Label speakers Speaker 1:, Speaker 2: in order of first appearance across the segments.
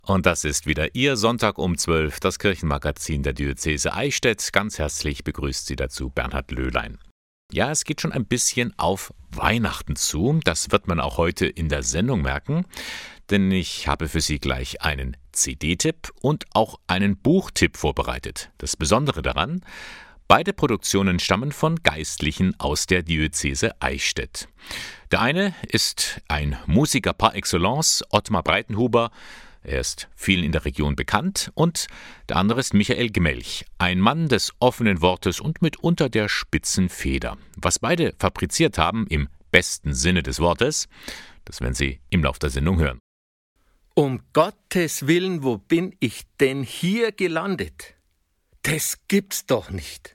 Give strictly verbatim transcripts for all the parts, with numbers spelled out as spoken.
Speaker 1: Und das ist wieder Ihr Sonntag um zwölf, das Kirchenmagazin der Diözese Eichstätt. Ganz herzlich begrüßt Sie dazu Bernhard Löhlein. Ja, es geht schon ein bisschen auf Weihnachten zu. Das wird man auch heute in der Sendung merken, denn ich habe für Sie gleich einen C D-Tipp und auch einen Buchtipp vorbereitet. Das Besondere daran: beide Produktionen stammen von Geistlichen aus der Diözese Eichstätt. Der eine ist ein Musiker par excellence, Ottmar Breitenhuber. Er ist vielen in der Region bekannt. Und der andere ist Michael Gmelch, ein Mann des offenen Wortes und mitunter der spitzen Feder. Was beide fabriziert haben, im besten Sinne des Wortes, das werden Sie im Lauf der Sendung hören.
Speaker 2: Um Gottes Willen, wo bin ich denn hier gelandet? Das gibt's doch nicht.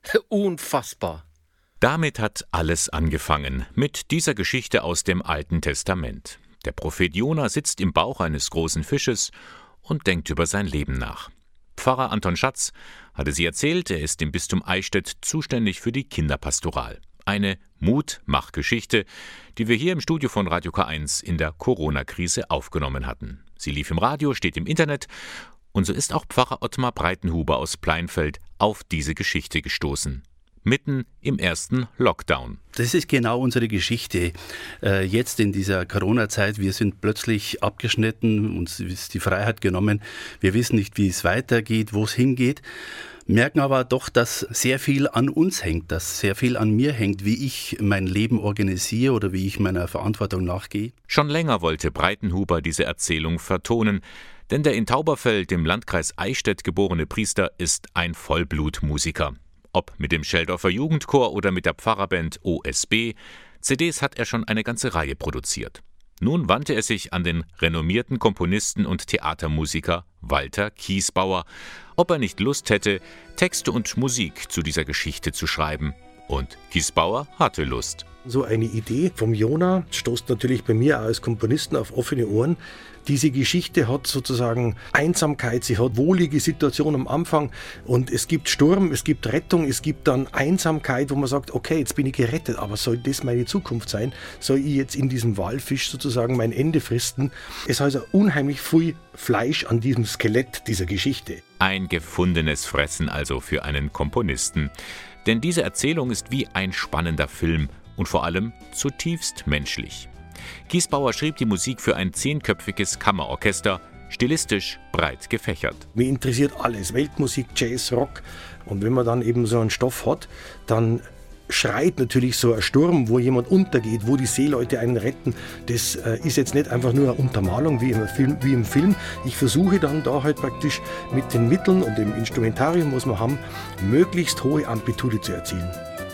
Speaker 2: Unfassbar.
Speaker 1: Damit hat alles angefangen, mit dieser Geschichte aus dem Alten Testament. Der Prophet Jona sitzt im Bauch eines großen Fisches und denkt über sein Leben nach. Pfarrer Anton Schatz hatte sie erzählt, er ist im Bistum Eichstätt zuständig für die Kinderpastoral. Eine Mutmachgeschichte, die wir hier im Studio von Radio K eins in der Corona-Krise aufgenommen hatten. Sie lief im Radio, steht im Internet, und so ist auch Pfarrer Ottmar Breitenhuber aus Pleinfeld auf diese Geschichte gestoßen. Mitten im ersten Lockdown.
Speaker 3: Das ist genau unsere Geschichte. Äh, jetzt in dieser Corona-Zeit, wir sind plötzlich abgeschnitten, uns ist die Freiheit genommen. Wir wissen nicht, wie es weitergeht, wo es hingeht. Merken aber doch, dass sehr viel an uns hängt, dass sehr viel an mir hängt, wie ich mein Leben organisiere oder wie ich meiner Verantwortung nachgehe.
Speaker 1: Schon länger wollte Breitenhuber diese Erzählung vertonen, denn der in Tauberfeld im Landkreis Eichstätt geborene Priester ist ein Vollblutmusiker. Ob mit dem Scheldorfer Jugendchor oder mit der Pfarrerband O S B, C Ds hat er schon eine ganze Reihe produziert. Nun wandte er sich an den renommierten Komponisten und Theatermusiker Walter Kiesbauer, ob er nicht Lust hätte, Texte und Musik zu dieser Geschichte zu schreiben. Und Kiesbauer hatte Lust.
Speaker 4: So eine Idee vom Jona stoßt natürlich bei mir als Komponisten auf offene Ohren. Diese Geschichte hat sozusagen Einsamkeit, sie hat wohlige Situation am Anfang und es gibt Sturm, es gibt Rettung, es gibt dann Einsamkeit, wo man sagt, okay, jetzt bin ich gerettet, aber soll das meine Zukunft sein? Soll ich jetzt in diesem Walfisch sozusagen mein Ende fristen? Es ist also unheimlich viel Fleisch an diesem Skelett dieser Geschichte.
Speaker 1: Ein gefundenes Fressen also für einen Komponisten. Denn diese Erzählung ist wie ein spannender Film und vor allem zutiefst menschlich. Kiesbauer schrieb die Musik für ein zehnköpfiges Kammerorchester, stilistisch breit gefächert.
Speaker 4: Mich interessiert alles, Weltmusik, Jazz, Rock. Und wenn man dann eben so einen Stoff hat, dann schreit natürlich so ein Sturm, wo jemand untergeht, wo die Seeleute einen retten. Das äh, ist jetzt nicht einfach nur eine Untermalung wie im Film. Wie im Film. Ich versuche dann da halt praktisch mit den Mitteln und dem Instrumentarium, was wir haben, möglichst hohe Amplitude zu erzielen.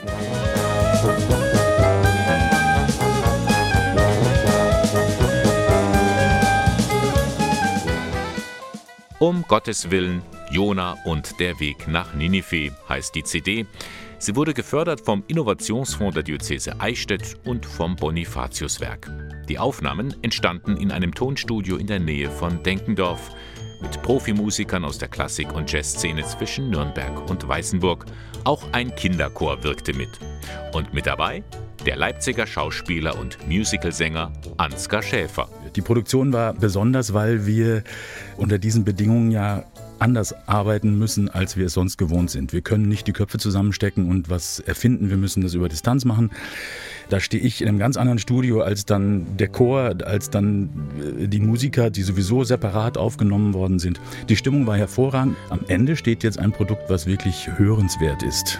Speaker 1: Um Gottes Willen, Jona und der Weg nach Ninive heißt die C D. Sie wurde gefördert vom Innovationsfonds der Diözese Eichstätt und vom Bonifatiuswerk. Die Aufnahmen entstanden in einem Tonstudio in der Nähe von Denkendorf mit Profimusikern aus der Klassik- und Jazzszene zwischen Nürnberg und Weißenburg. Auch ein Kinderchor wirkte mit. Und mit dabei der Leipziger Schauspieler und Musicalsänger Ansgar Schäfer.
Speaker 5: Die Produktion war besonders, weil wir unter diesen Bedingungen ja anders arbeiten müssen, als wir es sonst gewohnt sind. Wir können nicht die Köpfe zusammenstecken und was erfinden, wir müssen das über Distanz machen. Da stehe ich in einem ganz anderen Studio als dann der Chor, als dann die Musiker, die sowieso separat aufgenommen worden sind. Die Stimmung war hervorragend. Am Ende steht jetzt ein Produkt, was wirklich hörenswert ist.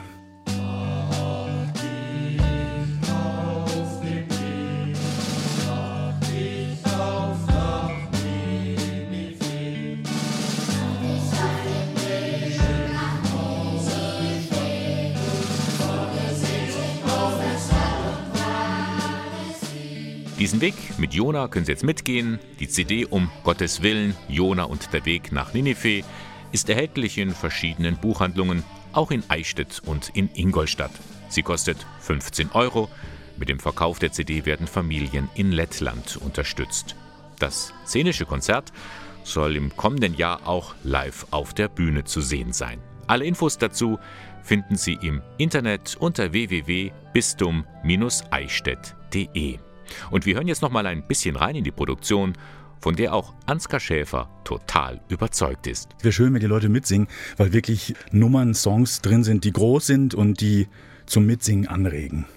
Speaker 1: Diesen Weg mit Jona können Sie jetzt mitgehen. Die C D um Gottes Willen, Jona und der Weg nach Ninive ist erhältlich in verschiedenen Buchhandlungen, auch in Eichstätt und in Ingolstadt. Sie kostet fünfzehn Euro. Mit dem Verkauf der C D werden Familien in Lettland unterstützt. Das szenische Konzert soll im kommenden Jahr auch live auf der Bühne zu sehen sein. Alle Infos dazu finden Sie im Internet unter w w w punkt bistum Bindestrich eichstätt punkt de. Und wir hören jetzt noch mal ein bisschen rein in die Produktion von der auch Ansgar Schäfer total überzeugt ist.
Speaker 5: Es wäre schön, wenn die Leute mitsingen, weil wirklich Nummern, Songs drin sind, die groß sind und die zum Mitsingen anregen.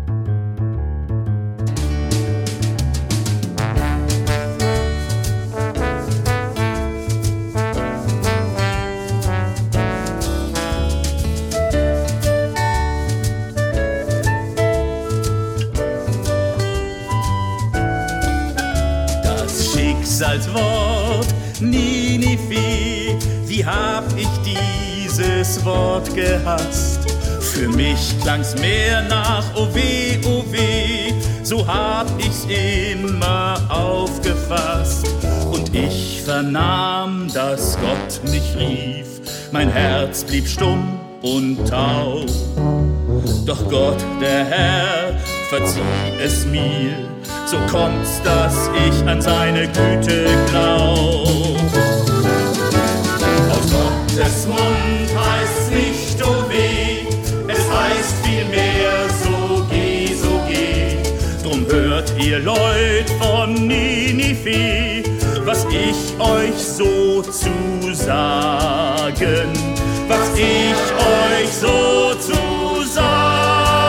Speaker 6: Als Wort Ninive, wie hab ich dieses Wort gehasst. Für mich klang's mehr nach oh weh, oh weh, so hab ich's immer aufgefasst. Und ich vernahm, dass Gott mich rief, mein Herz blieb stumm und taub. Doch Gott, der Herr, verzieh es mir, so kommt's, dass ich an seine Güte glaub. Aus Gottes Mund heißt's nicht oh weh, es heißt vielmehr so geh, so geh. Drum hört ihr Leut von Ninive, was ich euch so zu sagen, was ich euch so zu sagen.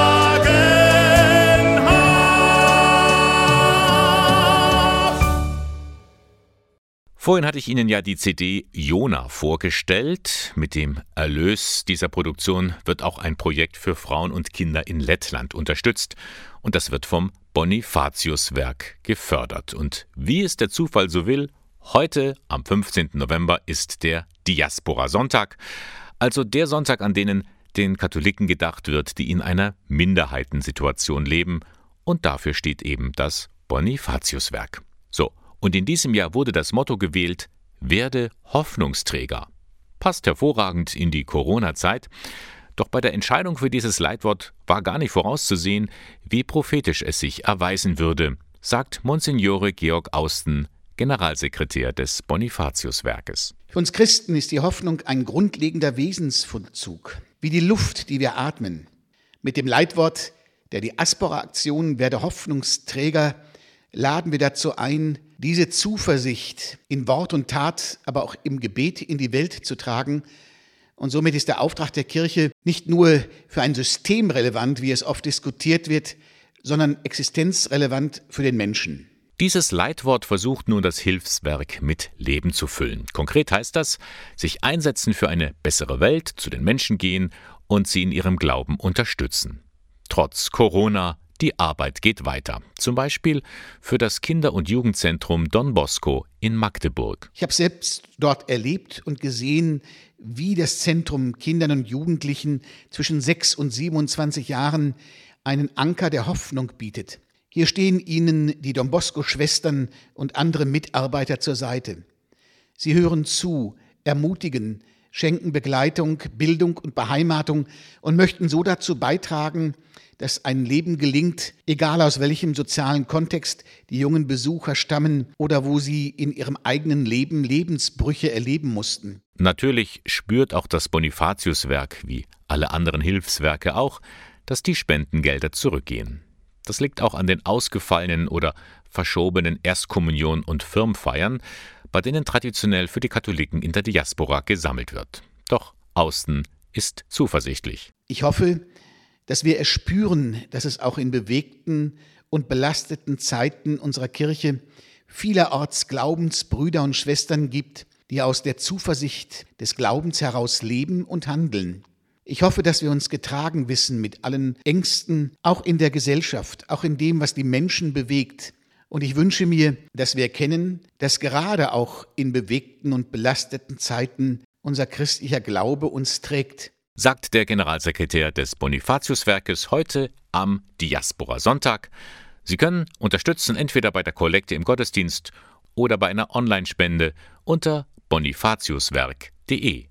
Speaker 1: Vorhin hatte ich Ihnen ja die C D Jona vorgestellt. Mit dem Erlös dieser Produktion wird auch ein Projekt für Frauen und Kinder in Lettland unterstützt. Und das wird vom Bonifatius-Werk gefördert. Und wie es der Zufall so will, heute, am fünfzehnten November, ist der Diaspora-Sonntag. Also der Sonntag, an denen den Katholiken gedacht wird, die in einer Minderheitensituation leben. Und dafür steht eben das Bonifatius-Werk. So. Und in diesem Jahr wurde das Motto gewählt, werde Hoffnungsträger. Passt hervorragend in die Corona-Zeit. Doch bei der Entscheidung für dieses Leitwort war gar nicht vorauszusehen, wie prophetisch es sich erweisen würde, sagt Monsignore Georg Austen, Generalsekretär des Bonifatius-Werkes.
Speaker 7: Für uns Christen ist die Hoffnung ein grundlegender Wesensvollzug, wie die Luft, die wir atmen. Mit dem Leitwort der Diaspora-Aktion werde Hoffnungsträger laden wir dazu ein, diese Zuversicht in Wort und Tat, aber auch im Gebet in die Welt zu tragen. Und somit ist der Auftrag der Kirche nicht nur für ein System relevant, wie es oft diskutiert wird, sondern existenzrelevant für den Menschen.
Speaker 1: Dieses Leitwort versucht nun das Hilfswerk mit Leben zu füllen. Konkret heißt das, sich einsetzen für eine bessere Welt, zu den Menschen gehen und sie in ihrem Glauben unterstützen. Trotz Corona, die Arbeit geht weiter. Zum Beispiel für das Kinder- und Jugendzentrum Don Bosco in Magdeburg.
Speaker 7: Ich habe selbst dort erlebt und gesehen, wie das Zentrum Kindern und Jugendlichen zwischen sechs und siebenundzwanzig Jahren einen Anker der Hoffnung bietet. Hier stehen ihnen die Don Bosco-Schwestern und andere Mitarbeiter zur Seite. Sie hören zu, ermutigen, schenken Begleitung, Bildung und Beheimatung und möchten so dazu beitragen, dass ein Leben gelingt, egal aus welchem sozialen Kontext die jungen Besucher stammen oder wo sie in ihrem eigenen Leben Lebensbrüche erleben mussten.
Speaker 1: Natürlich spürt auch das Bonifatius-Werk, wie alle anderen Hilfswerke auch, dass die Spendengelder zurückgehen. Das liegt auch an den ausgefallenen oder verschobenen Erstkommunion- und Firmfeiern, bei denen traditionell für die Katholiken in der Diaspora gesammelt wird. Doch Austen ist zuversichtlich.
Speaker 7: Ich hoffe, dass wir es spüren, dass es auch in bewegten und belasteten Zeiten unserer Kirche vielerorts Glaubensbrüder und Schwestern gibt, die aus der Zuversicht des Glaubens heraus leben und handeln. Ich hoffe, dass wir uns getragen wissen mit allen Ängsten, auch in der Gesellschaft, auch in dem, was die Menschen bewegt. Und ich wünsche mir, dass wir erkennen, dass gerade auch in bewegten und belasteten Zeiten unser christlicher Glaube uns trägt.
Speaker 1: Sagt der Generalsekretär des Bonifatius-Werkes heute am Diaspora-Sonntag. Sie können unterstützen entweder bei der Kollekte im Gottesdienst oder bei einer Online-Spende unter bonifatiuswerk punkt de.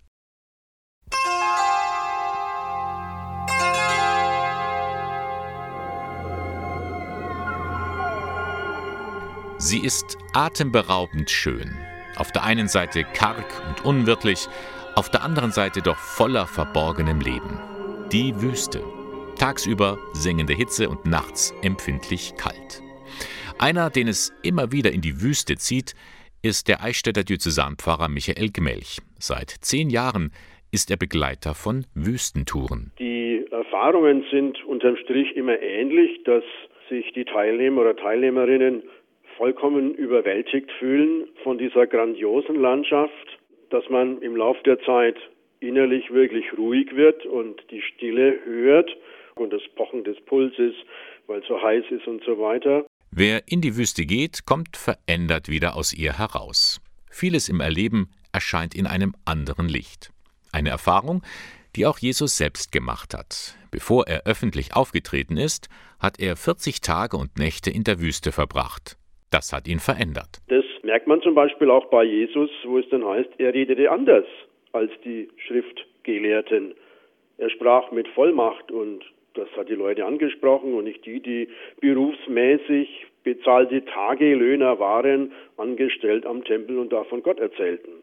Speaker 1: Sie ist atemberaubend schön. Auf der einen Seite karg und unwirtlich, auf der anderen Seite doch voller verborgenem Leben. Die Wüste. Tagsüber sengende Hitze und nachts empfindlich kalt. Einer, den es immer wieder in die Wüste zieht, ist der Eichstätter Diözesanpfarrer Michael Gmelch. Seit zehn Jahren ist er Begleiter von Wüstentouren.
Speaker 8: Die Erfahrungen sind unterm Strich immer ähnlich, dass sich die Teilnehmer oder Teilnehmerinnen vollkommen überwältigt fühlen von dieser grandiosen Landschaft, dass man im Lauf der Zeit innerlich wirklich ruhig wird und die Stille hört und das Pochen des Pulses, weil es so heiß ist und so weiter.
Speaker 1: Wer in die Wüste geht, kommt verändert wieder aus ihr heraus. Vieles im Erleben erscheint in einem anderen Licht. Eine Erfahrung, die auch Jesus selbst gemacht hat. Bevor er öffentlich aufgetreten ist, hat er vierzig Tage und Nächte in der Wüste verbracht. Das hat ihn verändert.
Speaker 8: Das merkt man zum Beispiel auch bei Jesus, wo es dann heißt, er redete anders als die Schriftgelehrten. Er sprach mit Vollmacht und das hat die Leute angesprochen und nicht die, die berufsmäßig bezahlte Tagelöhner waren, angestellt am Tempel und davon Gott erzählten.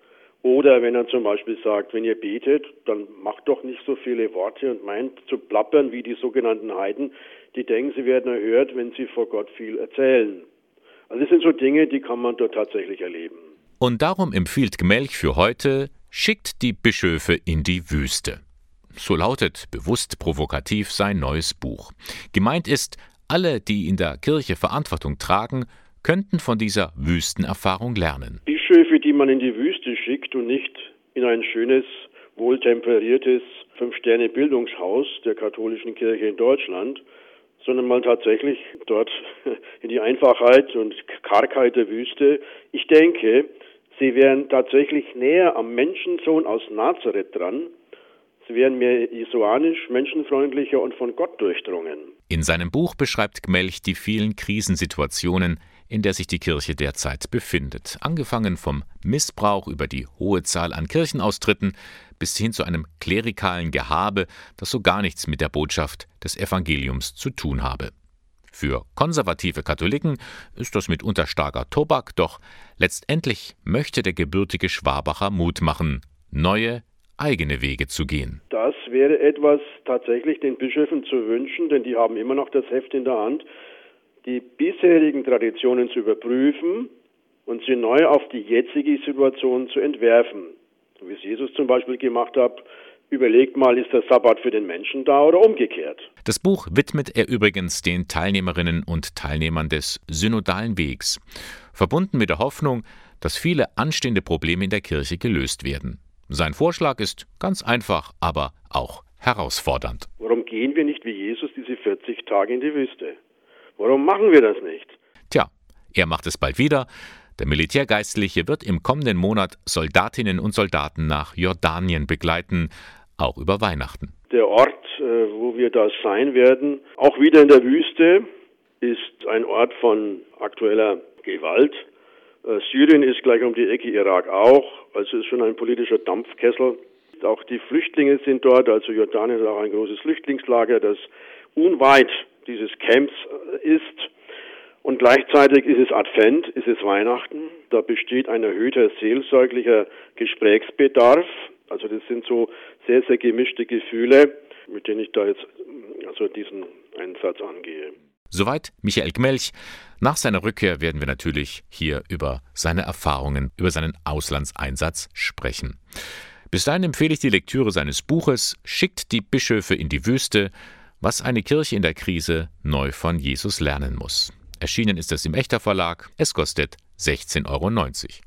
Speaker 8: Oder wenn er zum Beispiel sagt, wenn ihr betet, dann macht doch nicht so viele Worte und meint zu plappern wie die sogenannten Heiden, die denken, sie werden erhört, wenn sie vor Gott viel erzählen. Also das sind so Dinge, die kann man dort tatsächlich erleben.
Speaker 1: Und darum empfiehlt Gmelch für heute, schickt die Bischöfe in die Wüste. So lautet bewusst provokativ sein neues Buch. Gemeint ist, alle, die in der Kirche Verantwortung tragen, könnten von dieser Wüstenerfahrung lernen.
Speaker 8: Bischöfe, die man in die Wüste schickt und nicht in ein schönes, wohltemperiertes Fünf-Sterne-Bildungshaus der katholischen Kirche in Deutschland, sondern mal tatsächlich dort in die Einfachheit und Kargheit der Wüste. Ich denke, sie wären tatsächlich näher am Menschensohn aus Nazareth dran. Sie wären mehr jesuanisch, menschenfreundlicher und von Gott durchdrungen.
Speaker 1: In seinem Buch beschreibt Gmelch die vielen Krisensituationen, in der sich die Kirche derzeit befindet. Angefangen vom Missbrauch über die hohe Zahl an Kirchenaustritten bis hin zu einem klerikalen Gehabe, das so gar nichts mit der Botschaft des Evangeliums zu tun habe. Für konservative Katholiken ist das mitunter starker Tobak, doch letztendlich möchte der gebürtige Schwabacher Mut machen, neue, eigene Wege zu gehen.
Speaker 8: Das wäre etwas tatsächlich den Bischöfen zu wünschen, denn die haben immer noch das Heft in der Hand, die bisherigen Traditionen zu überprüfen und sie neu auf die jetzige Situation zu entwerfen. So wie es Jesus zum Beispiel gemacht hat, überlegt mal, ist der Sabbat für den Menschen da oder umgekehrt.
Speaker 1: Das Buch widmet er übrigens den Teilnehmerinnen und Teilnehmern des synodalen Wegs, verbunden mit der Hoffnung, dass viele anstehende Probleme in der Kirche gelöst werden. Sein Vorschlag ist ganz einfach, aber auch herausfordernd.
Speaker 8: Warum gehen wir nicht wie Jesus diese vierzig Tage in die Wüste? Warum machen wir das nicht?
Speaker 1: Tja, er macht es bald wieder. Der Militärgeistliche wird im kommenden Monat Soldatinnen und Soldaten nach Jordanien begleiten, auch über Weihnachten.
Speaker 8: Der Ort, wo wir da sein werden, auch wieder in der Wüste, ist ein Ort von aktueller Gewalt. Syrien ist gleich um die Ecke, Irak auch, also ist schon ein politischer Dampfkessel. Auch die Flüchtlinge sind dort, also Jordanien ist auch ein großes Flüchtlingslager, das unweit dieses Camps ist. Und gleichzeitig ist es Advent, ist es Weihnachten. Da besteht ein erhöhter seelsorglicher Gesprächsbedarf. Also das sind so sehr, sehr gemischte Gefühle, mit denen ich da jetzt also diesen Einsatz angehe.
Speaker 1: Soweit Michael Gmelch. Nach seiner Rückkehr werden wir natürlich hier über seine Erfahrungen, über seinen Auslandseinsatz sprechen. Bis dahin empfehle ich die Lektüre seines Buches Schickt die Bischöfe in die Wüste, was eine Kirche in der Krise neu von Jesus lernen muss. Erschienen ist es im Echter Verlag. Es kostet sechzehn Euro neunzig.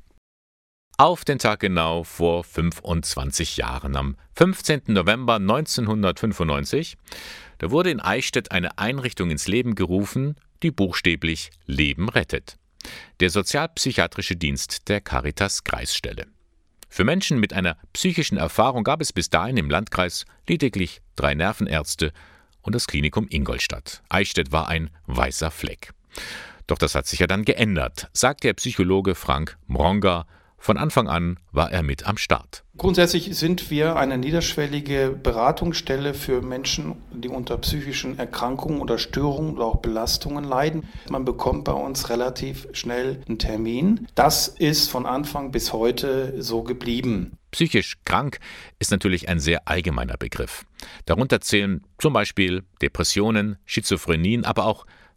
Speaker 1: Auf den Tag genau vor fünfundzwanzig Jahren, am fünfzehnten November neunzehnhundertfünfundneunzig, da wurde in Eichstätt eine Einrichtung ins Leben gerufen, die buchstäblich Leben rettet. Der sozialpsychiatrische Dienst der Caritas Kreisstelle. Für Menschen mit einer psychischen Erfahrung gab es bis dahin im Landkreis lediglich drei Nervenärzte und das Klinikum Ingolstadt. Eichstätt war ein weißer Fleck. Doch das hat sich ja dann geändert, sagt der Psychologe Frank Mronga. Von Anfang an war er mit am Start.
Speaker 9: Grundsätzlich sind wir eine niederschwellige Beratungsstelle für Menschen, die unter psychischen Erkrankungen oder Störungen oder auch Belastungen leiden. Man bekommt bei uns relativ schnell einen Termin. Das ist von Anfang bis heute so geblieben.
Speaker 1: Psychisch krank ist natürlich ein sehr allgemeiner Begriff. Darunter zählen zum Beispiel Depressionen, Schizophrenien, aber auch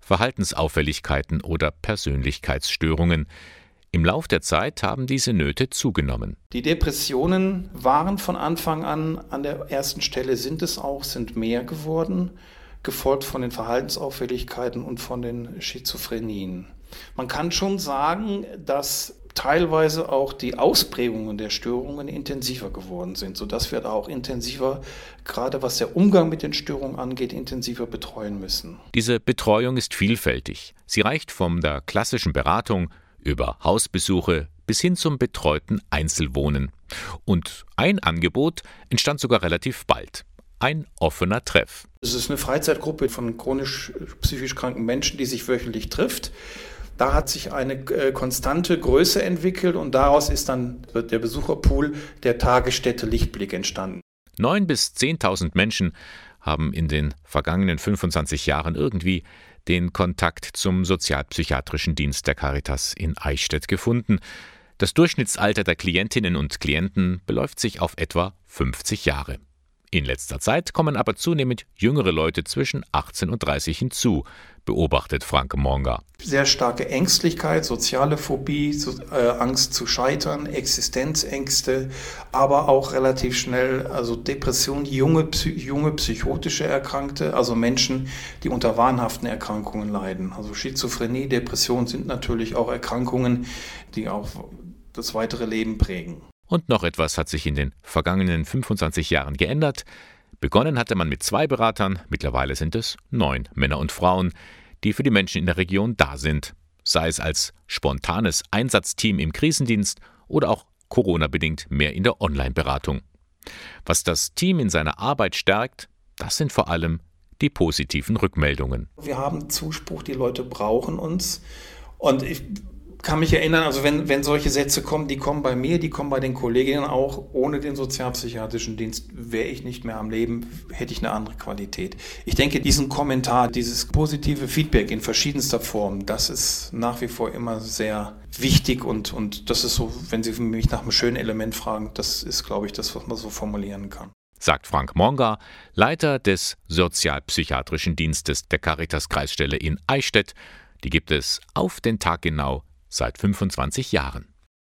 Speaker 1: Verhaltensauffälligkeiten oder Persönlichkeitsstörungen. Im Lauf der Zeit haben diese Nöte zugenommen.
Speaker 9: Die Depressionen waren von Anfang an an der ersten Stelle, sind es auch, sind mehr geworden, gefolgt von den Verhaltensauffälligkeiten und von den Schizophrenien. Man kann schon sagen, dass teilweise auch die Ausprägungen der Störungen intensiver geworden sind, sodass wir da auch intensiver, gerade was der Umgang mit den Störungen angeht, intensiver betreuen müssen.
Speaker 1: Diese Betreuung ist vielfältig. Sie reicht von der klassischen Beratung über Hausbesuche bis hin zum betreuten Einzelwohnen. Und ein Angebot entstand sogar relativ bald. Ein offener Treff.
Speaker 9: Es ist eine Freizeitgruppe von chronisch psychisch kranken Menschen, die sich wöchentlich trifft. Da hat sich eine äh, konstante Größe entwickelt und daraus ist dann der Besucherpool der Tagesstätte Lichtblick entstanden.
Speaker 1: Neun bis zehntausend Menschen haben in den vergangenen fünfundzwanzig Jahren irgendwie den Kontakt zum sozialpsychiatrischen Dienst der Caritas in Eichstätt gefunden. Das Durchschnittsalter der Klientinnen und Klienten beläuft sich auf etwa fünfzig Jahre. In letzter Zeit kommen aber zunehmend jüngere Leute zwischen achtzehn und dreißig hinzu, beobachtet Frank Monga.
Speaker 9: Sehr starke Ängstlichkeit, soziale Phobie, so, äh, Angst zu scheitern, Existenzängste, aber auch relativ schnell also Depression, junge, psy- junge psychotische Erkrankte, also Menschen, die unter wahnhaften Erkrankungen leiden. Also Schizophrenie, Depression sind natürlich auch Erkrankungen, die auch das weitere Leben prägen.
Speaker 1: Und noch etwas hat sich in den vergangenen fünfundzwanzig Jahren geändert. Begonnen hatte man mit zwei Beratern, mittlerweile sind es neun Männer und Frauen, die für die Menschen in der Region da sind, sei es als spontanes Einsatzteam im Krisendienst oder auch Corona-bedingt mehr in der Online-Beratung. Was das Team in seiner Arbeit stärkt, das sind vor allem die positiven Rückmeldungen.
Speaker 9: Wir haben Zuspruch, die Leute brauchen uns und ich kann mich erinnern, also wenn, wenn solche Sätze kommen, die kommen bei mir, die kommen bei den Kolleginnen auch. Ohne den sozialpsychiatrischen Dienst wäre ich nicht mehr am Leben, hätte ich eine andere Qualität. Ich denke, diesen Kommentar, dieses positive Feedback in verschiedenster Form, das ist nach wie vor immer sehr wichtig und, und das ist so, wenn Sie mich nach einem schönen Element fragen, das ist, glaube ich, das, was man so formulieren kann.
Speaker 1: Sagt Frank Monga, Leiter des sozialpsychiatrischen Dienstes der Caritas-Kreisstelle in Eichstätt. Die gibt es auf den Tag genau seit fünfundzwanzig Jahren.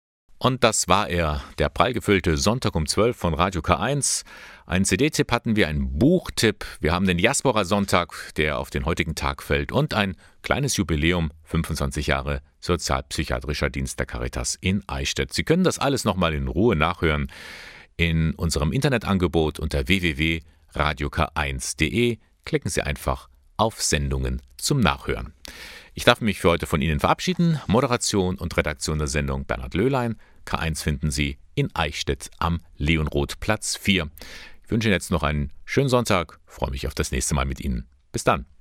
Speaker 1: Und das war er, der prallgefüllte Sonntag um zwölf von Radio K eins. Ein C D-Tipp hatten wir, einen Buchtipp. Wir haben den Jasperer Sonntag, der auf den heutigen Tag fällt. Und ein kleines Jubiläum, fünfundzwanzig Jahre Sozialpsychiatrischer Dienst der Caritas in Eichstätt. Sie können das alles nochmal in Ruhe nachhören in unserem Internetangebot unter w w w punkt radio k eins punkt d e. Klicken Sie einfach auf Sendungen zum Nachhören. Ich darf mich für heute von Ihnen verabschieden. Moderation und Redaktion der Sendung Bernhard Löhlein. K eins finden Sie in Eichstätt am Leonroth Platz vier. Ich wünsche Ihnen jetzt noch einen schönen Sonntag. Freue mich auf das nächste Mal mit Ihnen. Bis dann.